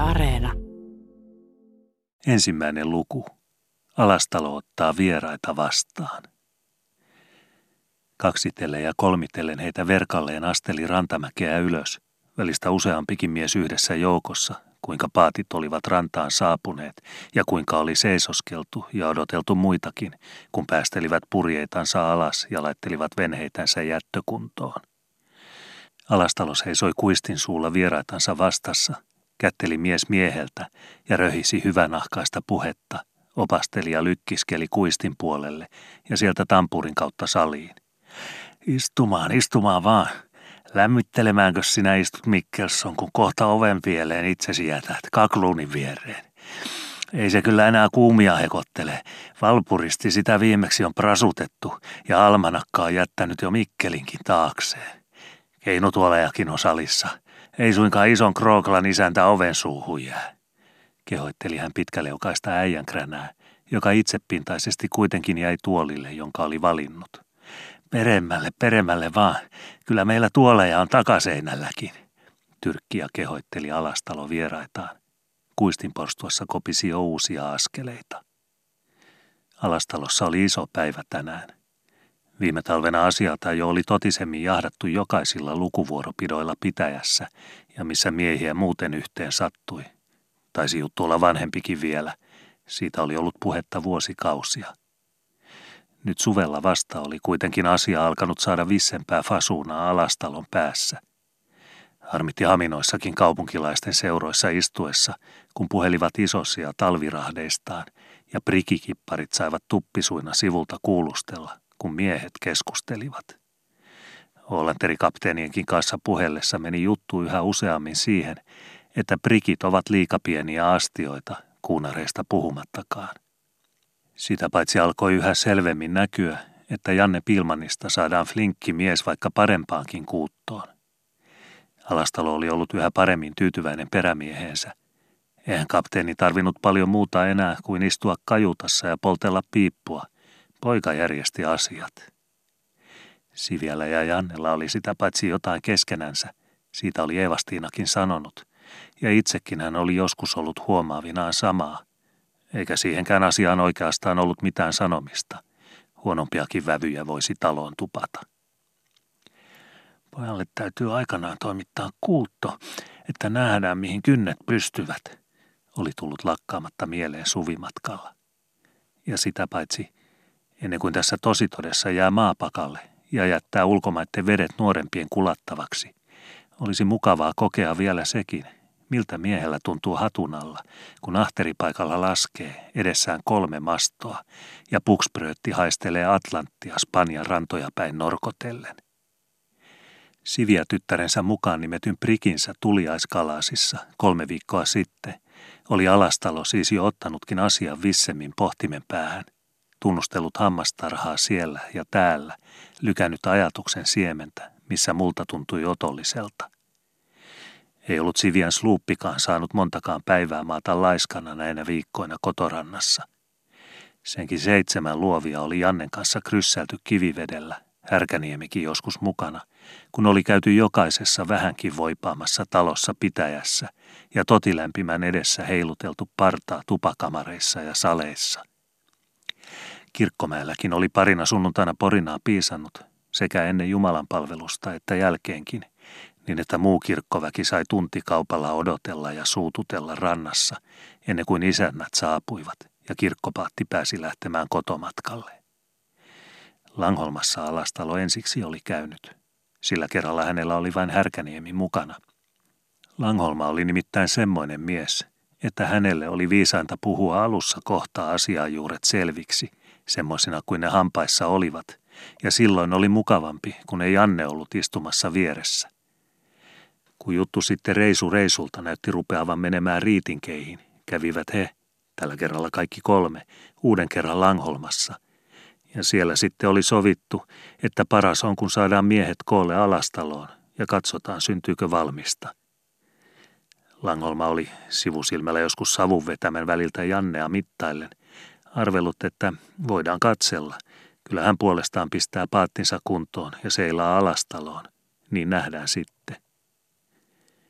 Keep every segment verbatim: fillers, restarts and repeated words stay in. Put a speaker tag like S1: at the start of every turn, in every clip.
S1: Areena.
S2: Ensimmäinen luku. Alastalo ottaa vieraita vastaan. Kaksitellen ja kolmitellen heitä verkalleen asteli rantamäkeä ylös, välistä useampikin mies yhdessä joukossa, kuinka paatit olivat rantaan saapuneet ja kuinka oli seisoskeltu ja odoteltu muitakin, kun päästelivät purjeitansa alas ja laittelivat venheitänsä jättökuntoon. Alastalo seisoi kuistin suulla vieraitansa vastassa, kätteli mies mieheltä ja röhisi hyvänahkaista puhetta, opasteli ja lykkiskeli kuistin puolelle ja sieltä tampurin kautta saliin. Istumaan, istumaan vaan. Lämmittelemäänkö sinä istut, Mikkelson, kun kohta oven pieleen itsesi jätät kakluunin viereen? Ei se kyllä enää kuumia hekottele. Valpuristi sitä viimeksi on prasutettu ja almanakka on jättänyt jo Mikkelinkin taakseen. Keinutuolejakin on salissa. Ei suinkaan ison Krooklan isäntä oven suuhun jää. Kehoitteli hän pitkäleukaista äijänkränää, joka itsepintaisesti kuitenkin jäi tuolille, jonka oli valinnut. Peremmälle, peremmälle vaan. Kyllä meillä tuoleja on takaseinälläkin. Tyrkkiä kehoitteli Alastalo vieraitaan. Kuistin porstuassa kopisi jo uusia askeleita. Alastalossa oli iso päivä tänään. Viime talvena asialta jo oli totisemmin jahdattu jokaisilla lukuvuoropidoilla pitäjässä ja missä miehiä muuten yhteen sattui. Taisi juttu olla vanhempikin vielä. Siitä oli ollut puhetta vuosikausia. Nyt suvella vasta oli kuitenkin asia alkanut saada vissempää fasuunaa Alastalon päässä. Harmitti haminoissakin kaupunkilaisten seuroissa istuessa, kun puhelivat isosia talvirahdeistaan ja prikikipparit saivat tuppisuina sivulta kuulustella, kun miehet keskustelivat. Hollanterikapteenienkin kanssa puhellessa meni juttu yhä useammin siihen, että prikit ovat liika pieniä astioita, kuunareista puhumattakaan. Sitä paitsi alkoi yhä selvemmin näkyä, että Janne Pilmanista saadaan flinkki mies vaikka parempaankin kuuttoon. Alastalo oli ollut yhä paremmin tyytyväinen perämieheensä. Eihän kapteeni tarvinnut paljon muuta enää kuin istua kajutassa ja poltella piippua. Poika järjesti asiat. Siviällä ja Jannella oli sitä paitsi jotain keskenänsä, siitä oli Eevastiinakin sanonut, ja itsekin hän oli joskus ollut huomaavinaan samaa. Eikä siihenkään asiaan oikeastaan ollut mitään sanomista. Huonompiakin vävyjä voisi taloon tupata. Pojalle täytyy aikanaan toimittaa kuutto, että nähdään mihin kynnet pystyvät, oli tullut lakkaamatta mieleen suvimatkalla. Ja sitä paitsi, ennen kuin tässä tositodessa jää maapakalle ja jättää ulkomaiden vedet nuorempien kulattavaksi, olisi mukavaa kokea vielä sekin, miltä miehellä tuntuu hatun alla, kun ahteripaikalla laskee edessään kolme mastoa ja pukspröötti haistelee Atlanttia Spanjan rantoja päin norkotellen. Siviä tyttärensä mukaan nimetyn prikinsä tuliaiskalasissa kolme viikkoa sitten oli Alastalo siis jo ottanutkin asian vissemmin pohtimen päähän, tunnustellut hammastarhaa siellä ja täällä, lykännyt ajatuksen siementä, missä multa tuntui otolliselta. Ei ollut Sivian sluuppikaan saanut montakaan päivää maata laiskana näinä viikkoina kotorannassa. Senkin seitsemän luovia oli Jannen kanssa kryssäilty kivivedellä, Härkäniemikin joskus mukana, kun oli käyty jokaisessa vähänkin voipaamassa talossa pitäjässä ja totilämpimän edessä heiluteltu partaa tupakamareissa ja saleissa. Kirkkomäelläkin oli parina sunnuntaina porinaa piisannut, sekä ennen jumalanpalvelusta että jälkeenkin, niin että muu kirkkoväki sai tuntikaupalla odotella ja suututella rannassa, ennen kuin isännät saapuivat ja kirkkopaatti pääsi lähtemään kotomatkalle. Langholmassa Alastalo ensiksi oli käynyt. Sillä kerralla hänellä oli vain Härkäniemi mukana. Langholma oli nimittäin semmoinen mies, että hänelle oli viisainta puhua alussa kohtaa asiajuuret selviksi, semmoisina kuin ne hampaissa olivat, ja silloin oli mukavampi, kun ei Janne ollut istumassa vieressä. Kun juttu sitten reisu reisulta näytti rupeavan menemään riitinkeihin, kävivät he, tällä kerralla kaikki kolme, uuden kerran Langholmassa. Ja siellä sitten oli sovittu, että paras on kun saadaan miehet koolle Alastaloon ja katsotaan syntyykö valmista. Langholma oli sivusilmällä joskus savun vetämän väliltä Jannea mittaillen, arvellut, että voidaan katsella. Kyllä hän puolestaan pistää paattinsa kuntoon ja seilaa Alastaloon, niin nähdään sitten.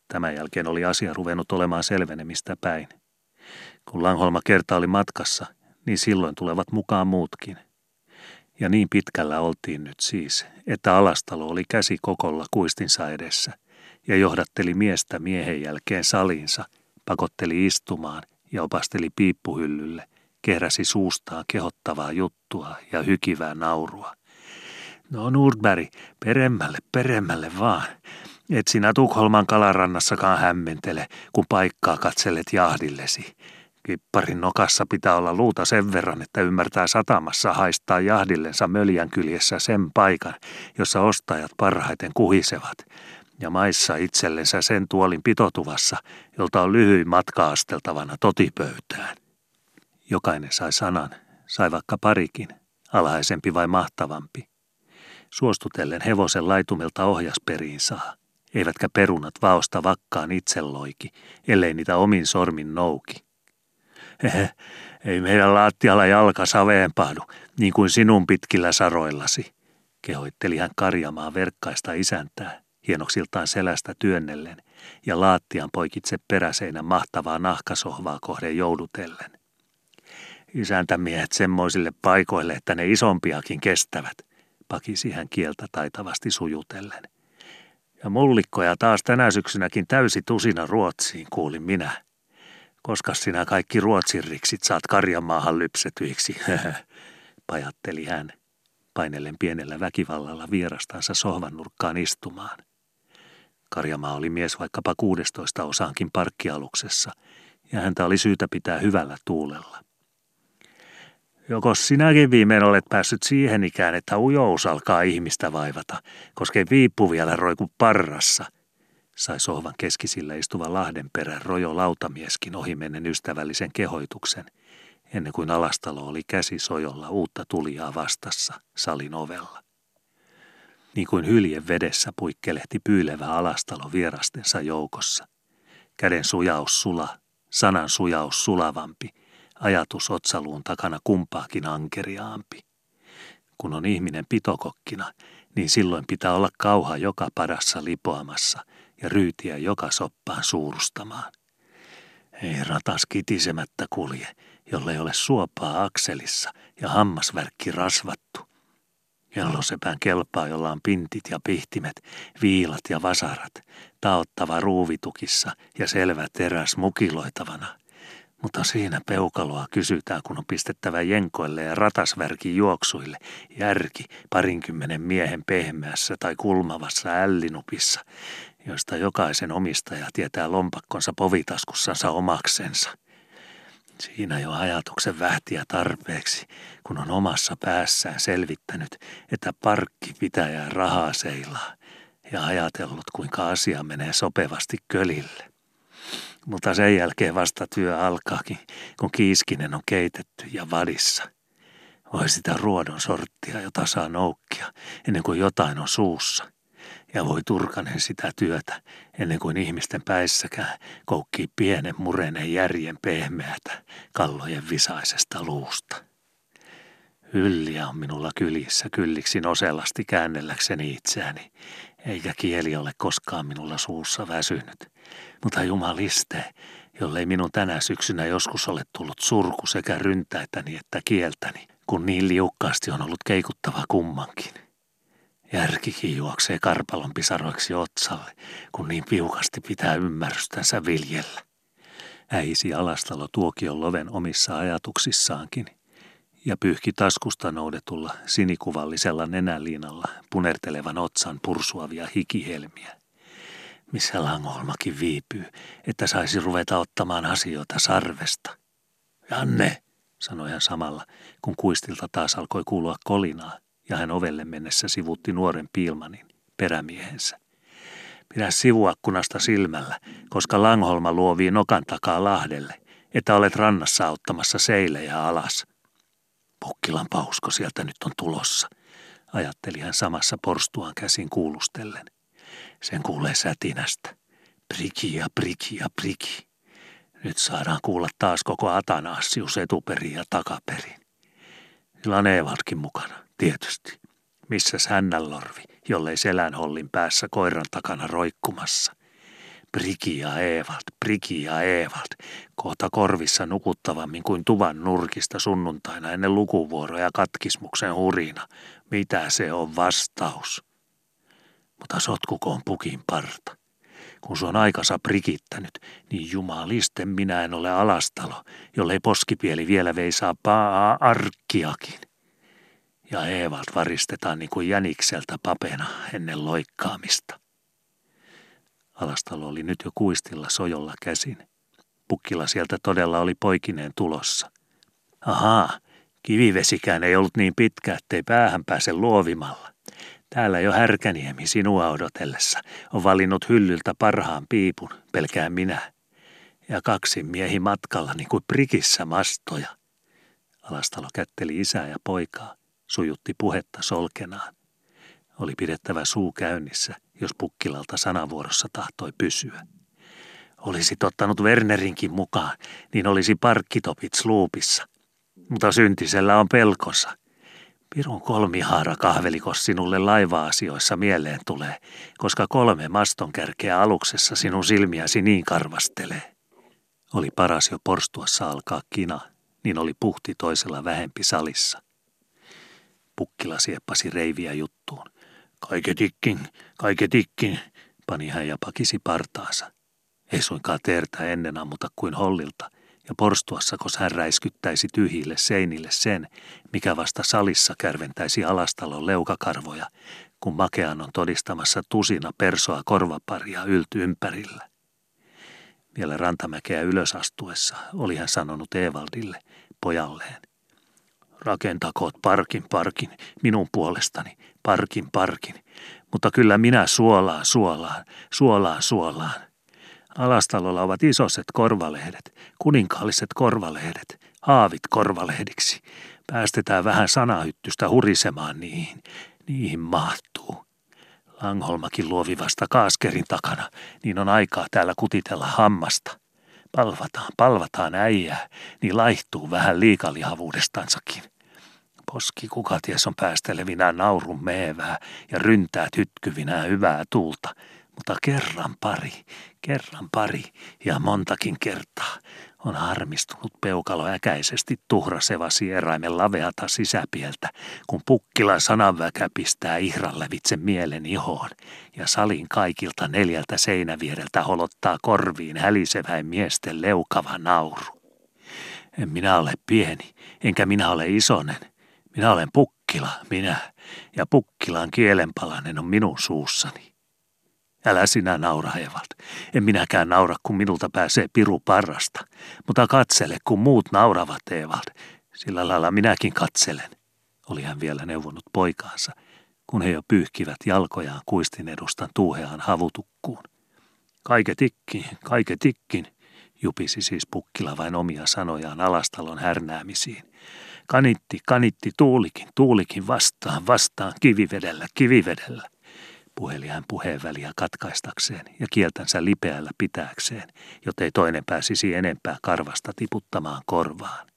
S2: Tämän jälkeen oli asia ruvennut olemaan selvenemistä päin. Kun Langholma kerta oli matkassa, niin silloin tulevat mukaan muutkin. Ja niin pitkällä oltiin nyt siis, että Alastalo oli käsi kokolla kuistinsa edessä ja johdatteli miestä miehen jälkeen saliinsa, pakotteli istumaan ja opasteli piippuhyllylle, kehräsi suustaan kehottavaa juttua ja hykivää naurua. No Nordberg, peremmälle, peremmälle vaan. Et sinä Tukholman kalarannassakaan hämmentele, kun paikkaa katselet jahdillesi. Kipparin nokassa pitää olla luuta sen verran, että ymmärtää satamassa haistaa jahdillensa möljän kyljessä sen paikan, jossa ostajat parhaiten kuhisevat, ja maissa itsellensä sen tuolin pitotuvassa, jolta on lyhyin matka asteltavana totipöytään. Jokainen sai sanan, sai vaikka parikin, alhaisempi vai mahtavampi. Suostutellen hevosen laitumilta ohjasperiin saa, eivätkä perunat vaosta vakkaan itselloiki, ellei niitä omin sormin nouki. Hehe, ei meidän laattialla jalka saveen pahdu, niin kuin sinun pitkillä saroillasi, kehoitteli hän Karjamaa verkkaista isäntää, hienoksiltaan selästä työnnellen ja laattian poikitse peräseinän mahtavaa nahkasohvaa kohden joudutellen. Isäntämiehet semmoisille paikoille, että ne isompiakin kestävät, pakisi hän kieltä taitavasti sujutellen. Ja mullikkoja taas tänä syksynäkin täysi tusina Ruotsiin, kuulin minä. Koska sinä kaikki Ruotsin riksit saat Karjanmaahan lypsetyiksi, pajatteli hän, painellen pienellä väkivallalla vierastansa sohvan nurkkaan istumaan. Karjamaa oli mies vaikkapa kuudestoista osaankin parkkialuksessa, ja häntä oli syytä pitää hyvällä tuulella. Jokos sinäkin viimein olet päässyt siihen ikään, että ujous alkaa ihmistä vaivata, koska ei viippu vielä roiku parrassa, sai sohvan keskisillä istuva Lahdenperän rojo lautamieskin ohimennen ystävällisen kehoituksen, ennen kuin Alastalo oli käsi sojolla uutta tulijaa vastassa salin ovella. Niin kuin hylje vedessä puikkelehti pyylevä Alastalo vierastensa joukossa. Käden sujaus sula, sanan sujaus sulavampi, ajatus otsaluun takana kumpaakin ankeriaampi. Kun on ihminen pitokokkina, niin silloin pitää olla kauha joka padassa lipoamassa ja ryytiä joka soppaan suurustamaan. Ei ratas kitisemättä kulje, jollei ole suopaa akselissa ja hammasvärkki rasvattu. Kellosepän kelpaa, jolla on pintit ja pihtimet, viilat ja vasarat, taottava ruuvitukissa ja selvä teräs mukiloitavana. Mutta siinä peukaloa kysytään, kun on pistettävä jenkoille ja ratasvärkin juoksuille järki parinkymmenen miehen pehmeässä tai kulmavassa ällinupissa, joista jokaisen omistaja tietää lompakkonsa povitaskussansa omaksensa. Siinä jo ajatuksen vähtiä tarpeeksi, kun on omassa päässään selvittänyt, että parkki pitää jää rahaa seilaa ja ajatellut, kuinka asia menee sopevasti kölille. Mutta sen jälkeen vasta työ alkaakin, kun kiiskinen on keitetty ja vadissa. Voi sitä ruodon sorttia, jota saa noukkia, ennen kuin jotain on suussa. Ja voi Turkanen sitä työtä, ennen kuin ihmisten päissäkään koukkii pienen murenen järjen pehmeätä kallojen visaisesta luusta. Hylliä on minulla kylissä kylliksi nosellasti käännelläkseni itseäni, eikä kieli ole koskaan minulla suussa väsynyt. Mutta jumaliste, jollei minun tänä syksynä joskus ole tullut surku sekä ryntäitäni että kieltäni, kun niin liukkaasti on ollut keikuttava kummankin. Järkikin juoksee karpalon pisaroiksi otsalle, kun niin piukasti pitää ymmärrystänsä viljellä. Äisi Alastalo tuokion loven omissa ajatuksissaankin ja pyyhki taskusta noudetulla sinikuvallisella nenäliinalla punertelevan otsan pursuavia hikihelmiä. Missä Langholmakin viipyy, että saisi ruveta ottamaan asioita sarvesta. Janne, sanoi hän samalla, kun kuistilta taas alkoi kuulua kolinaa, ja hän ovelle mennessä sivuutti nuoren Piilmanin, perämiehensä. Pidä sivuakkunasta silmällä, koska Langholma luovii nokan takaa Lahdelle, että olet rannassa auttamassa seilejä alas. Pukkilan pausko sieltä nyt on tulossa, ajatteli hän samassa porstuaan käsin kuulustellen. Sen kuulee sätinästä. Priki ja priki ja priki. Nyt saadaan kuulla taas koko Atanassius etuperin ja takaperin. Sillä on Eevaldkin mukana, tietysti. Missäs hännänlorvi, jollei selänhollin päässä koiran takana roikkumassa. Priki ja Evald, Priki ja Evald, kohta korvissa nukuttavammin kuin tuvan nurkista sunnuntaina ennen lukuvuoroja katkismuksen hurina. Mitä se on vastaus? Mutta sotkukoon pukin parta. Kun se on aikansa prikittänyt, niin jumalisten minä en ole Alastalo, jollei poskipieli vielä veisaa paa arkkiakin. Ja Evald varistetaan niin kuin jänikseltä papena ennen loikkaamista. Alastalo oli nyt jo kuistilla sojolla käsin. Pukkila sieltä todella oli poikineen tulossa. Ahaa, kivivesikään ei ollut niin pitkä, ettei päähän pääse luovimalla. Täällä jo Härkäniemi sinua odotellessa on valinnut hyllyltä parhaan piipun, pelkään minä. Ja kaksi miehi matkalla niin kuin prikissä mastoja. Alastalo kätteli isää ja poikaa, sujutti puhetta solkenaan. Oli pidettävä suu käynnissä, jos Pukkilalta sanavuorossa tahtoi pysyä. Olisit ottanut Wernerinkin mukaan, niin olisi parkkitopit sluupissa. Mutta syntisellä on pelkonsa. Pirun kolmihaara kahvelikos sinulle laiva-asioissa mieleen tulee, koska kolme maston kärkeä aluksessa sinun silmiäsi niin karvastelee. Oli paras jo porstuassa alkaa kina, niin oli puhti toisella vähempi salissa. Pukkila sieppasi reiviä juttuun. Kaiketikkin, kaiketikkin, pani hän ja pakisi partaansa. Ei suinkaan teertä ennen ammuta kuin hollilta, ja porstuassakos hän räiskyttäisi tyhjille seinille sen, mikä vasta salissa kärventäisi Alastalon leukakarvoja, kun Makean on todistamassa tusina persoa korvaparia ylty ympärillä. Vielä Rantamäkeä ylös astuessa oli hän sanonut Evaldille, pojalleen. Rakentakoot parkin parkin, minun puolestani, parkin parkin, mutta kyllä minä suolaan suolaan, suolaan suolaan. Alastalolla ovat isoset korvalehdet, kuninkaalliset korvalehdet, haavit korvalehdiksi. Päästetään vähän sanahyttystä hurisemaan niihin, niihin mahtuu. Langholmakin luovi vasta kaaskerin takana, niin on aikaa täällä kutitella hammasta. Palvataan, palvataan äijää, niin laihtuu vähän liikalihavuudestansakin. Poski kukaties on päästelevinään naurun meevää ja ryntää tytkyvinään hyvää tuulta, mutta kerran pari, kerran pari ja montakin kertaa on harmistunut peukalo äkäisesti tuhrasevasi eräimen laveata sisäpieltä, kun Pukkilan sananväkä pistää ihran lävitse mielen ihoon ja salin kaikilta neljältä seinäviereltä holottaa korviin häliseväin miesten leukava nauru. En minä ole pieni, enkä minä ole isonen. Minä olen Pukkila, minä, ja Pukkilan kielenpalanen on minun suussani. Älä sinä naura, Evald. En minäkään naura, kun minulta pääsee piru parrasta. Mutta katsele, kun muut nauravat, Evald. Sillä lailla minäkin katselen, oli hän vielä neuvonut poikaansa, kun he jo pyyhkivät jalkojaan kuistin edustan tuuheaan havutukkuun. Kaiketikkin, kaiketikkin, jupisi siis Pukkila vain omia sanojaan Alastalon härnäämisiin. Kanitti, kanitti, tuulikin, tuulikin vastaan, vastaan, kivivedellä, kivivedellä. Puheli hän puheen väliä katkaistakseen ja kieltänsä lipeällä pitääkseen, jottei toinen pääsisi enempää karvasta tiputtamaan korvaan.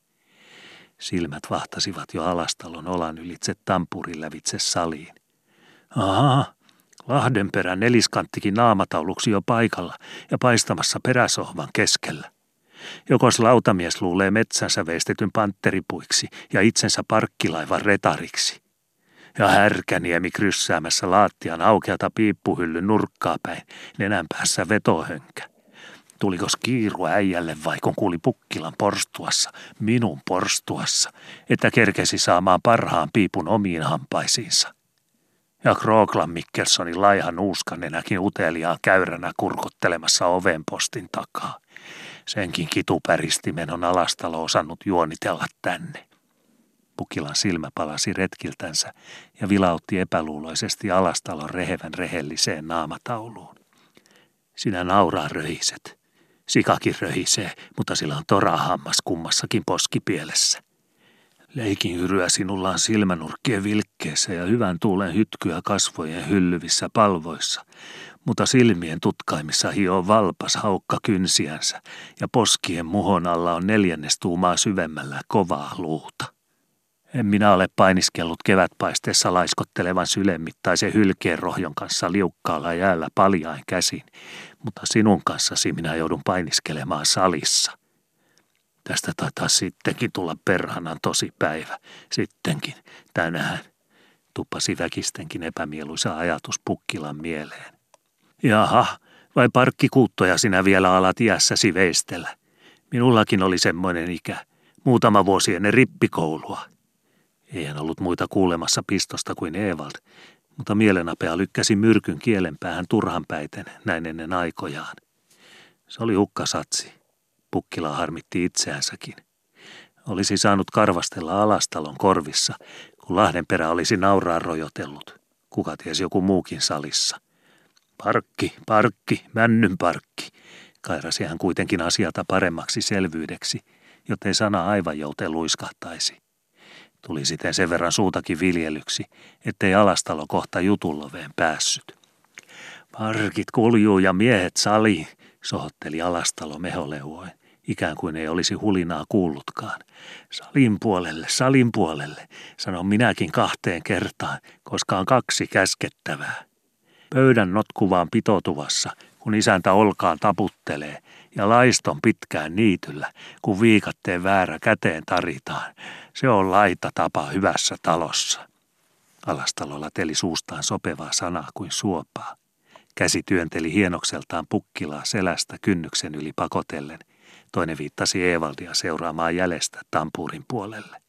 S2: Silmät vahtasivat jo Alastalon olan ylitse tampurin lävitse saliin. Ahaa, Lahdenperän neliskanttikin naamatauluksi jo paikalla ja paistamassa peräsohvan keskellä. Jokos lautamies luulee metsänsä veistetyn pantteripuiksi ja itsensä parkkilaivan retariksi. Ja Härkäniemi kryssäämässä laattian aukeata piippuhyllyn nurkkaa päin, nenän päässä vetohönkä. Tulikos kiiru äijälle vai kun kuuli Pukkilan porstuassa, minun porstuassa, että kerkesi saamaan parhaan piipun omiin hampaisiinsa. Ja Krooklan Mikkelsonin laihan nuuskanenäkin uteliaan käyränä kurkottelemassa ovenpostin takaa. Senkin kitupäristimen on Alastalo osannut juonitella tänne. Pukilan silmä palasi retkiltänsä ja vilautti epäluuloisesti Alastalon rehevän rehelliseen naamatauluun. Sinä nauraa röhiset. Sikakin röhisee, mutta sillä on torahammas kummassakin poskipielessä. Leikin hyryä sinulla on silmänurkkien vilkkeessä ja hyvän tuulen hytkyä kasvojen hyllyvissä palvoissa, mutta silmien tutkaimissa hioo valpas haukka kynsiänsä ja poskien muhon alla on neljännestuumaa syvemmällä kovaa luuta. En minä ole painiskellut kevätpaisteessa laiskottelevan sylemmittaisen hylkeen rohjon kanssa liukkaalla jäällä paljain käsin, mutta sinun kanssasi minä joudun painiskelemaan salissa. Tästä taitaa sittenkin tulla perhanan tosi päivä. Sittenkin, tänään, tuppasi väkistenkin epämieluisa ajatus Pukkilan mieleen. Jaha, vai parkkikuuttoja sinä vielä alat iässäsi veistellä? Minullakin oli semmoinen ikä, muutama vuosi ennen rippikoulua. Eihän ollut muita kuulemassa pistosta kuin Evald, mutta mielenapea lykkäsi myrkyn kielenpäähän turhanpäiten näin ennen aikojaan. Se oli hukkasatsi. Pukkila harmitti itseänsäkin. Olisi saanut karvastella Alastalon korvissa, kun Lahdenperä olisi nauraan rojotellut. Kuka tiesi joku muukin salissa. Parkki, parkki, männyn parkki, kairasi hän kuitenkin asiata paremmaksi selvyydeksi, jottei sana aivan jouten luiskahtaisi. Tuli siten sen verran suutakin viljelyksi, ettei Alastalo kohta jutulloveen päässyt. Parkit kuljuu ja miehet saliin, sohotteli Alastalo meholeuoin, ikään kuin ei olisi hulinaa kuullutkaan. Salin puolelle, salin puolelle, sanon minäkin kahteen kertaan, koska on kaksi käskettävää. Pöydän notkuvaan pitotuvassa, kun isäntä olkaan taputtelee, ja laiston pitkään niityllä, kun viikatteen väärä käteen taritaan. Se on laita tapa hyvässä talossa. Alastalolla teli suustaan sopevaa sanaa kuin suopaa. Käsi työnteli hienokseltaan Pukkilaa selästä kynnyksen yli pakotellen. Toinen viittasi Evaldia seuraamaan jäljestä tampuurin puolelle.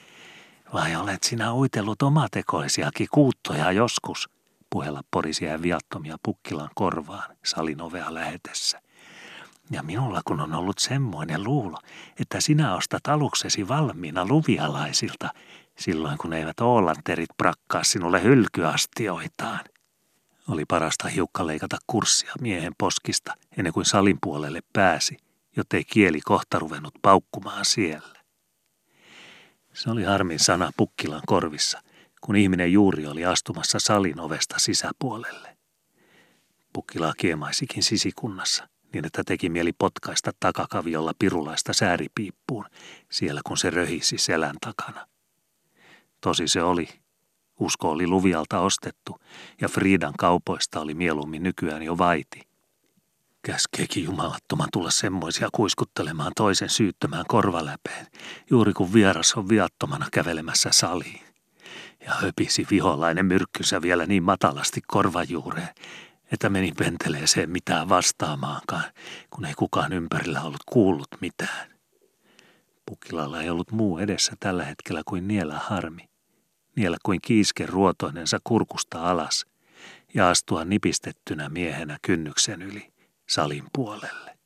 S2: Vai olet sinä uitellut omatekoisiakin kuuttoja joskus? Puhella porisi hän viattomia Pukkilan korvaan salin ovea lähetessä. Ja minulla kun on ollut semmoinen luulo, että sinä ostat aluksesi valmiina luvialaisilta, silloin kun eivät oolanterit prakkaa sinulle hylkyastioitaan. Oli parasta hiukka leikata kurssia miehen poskista ennen kuin salin puolelle pääsi, jottei kieli kohta ruvennut paukkumaan siellä. Se oli harmin sana Pukkilan korvissa, kun ihminen juuri oli astumassa salin ovesta sisäpuolelle. Pukkilaa kiemaisikin sisikunnassa, niin että teki mieli potkaista takakaviolla pirulaista sääripiippuun, siellä kun se röhisi selän takana. Tosi se oli. Usko oli Luvialta ostettu, ja Friidan kaupoista oli mieluummin nykyään jo vaiti. Käskeekin jumalattoman tulla semmoisia kuiskuttelemaan toisen syyttömään korvaläpeen, juuri kun vieras on viattomana kävelemässä saliin. Ja höpisi viholainen myrkkynsä vielä niin matalasti korvajuureen, että meni penteleeseen mitään vastaamaankaan, kun ei kukaan ympärillä ollut kuullut mitään. Pukkilalla ei ollut muu edessä tällä hetkellä kuin niellä harmi. Niellä kuin kiiske ruotoinensa kurkusta alas ja astua nipistettynä miehenä kynnyksen yli salin puolelle.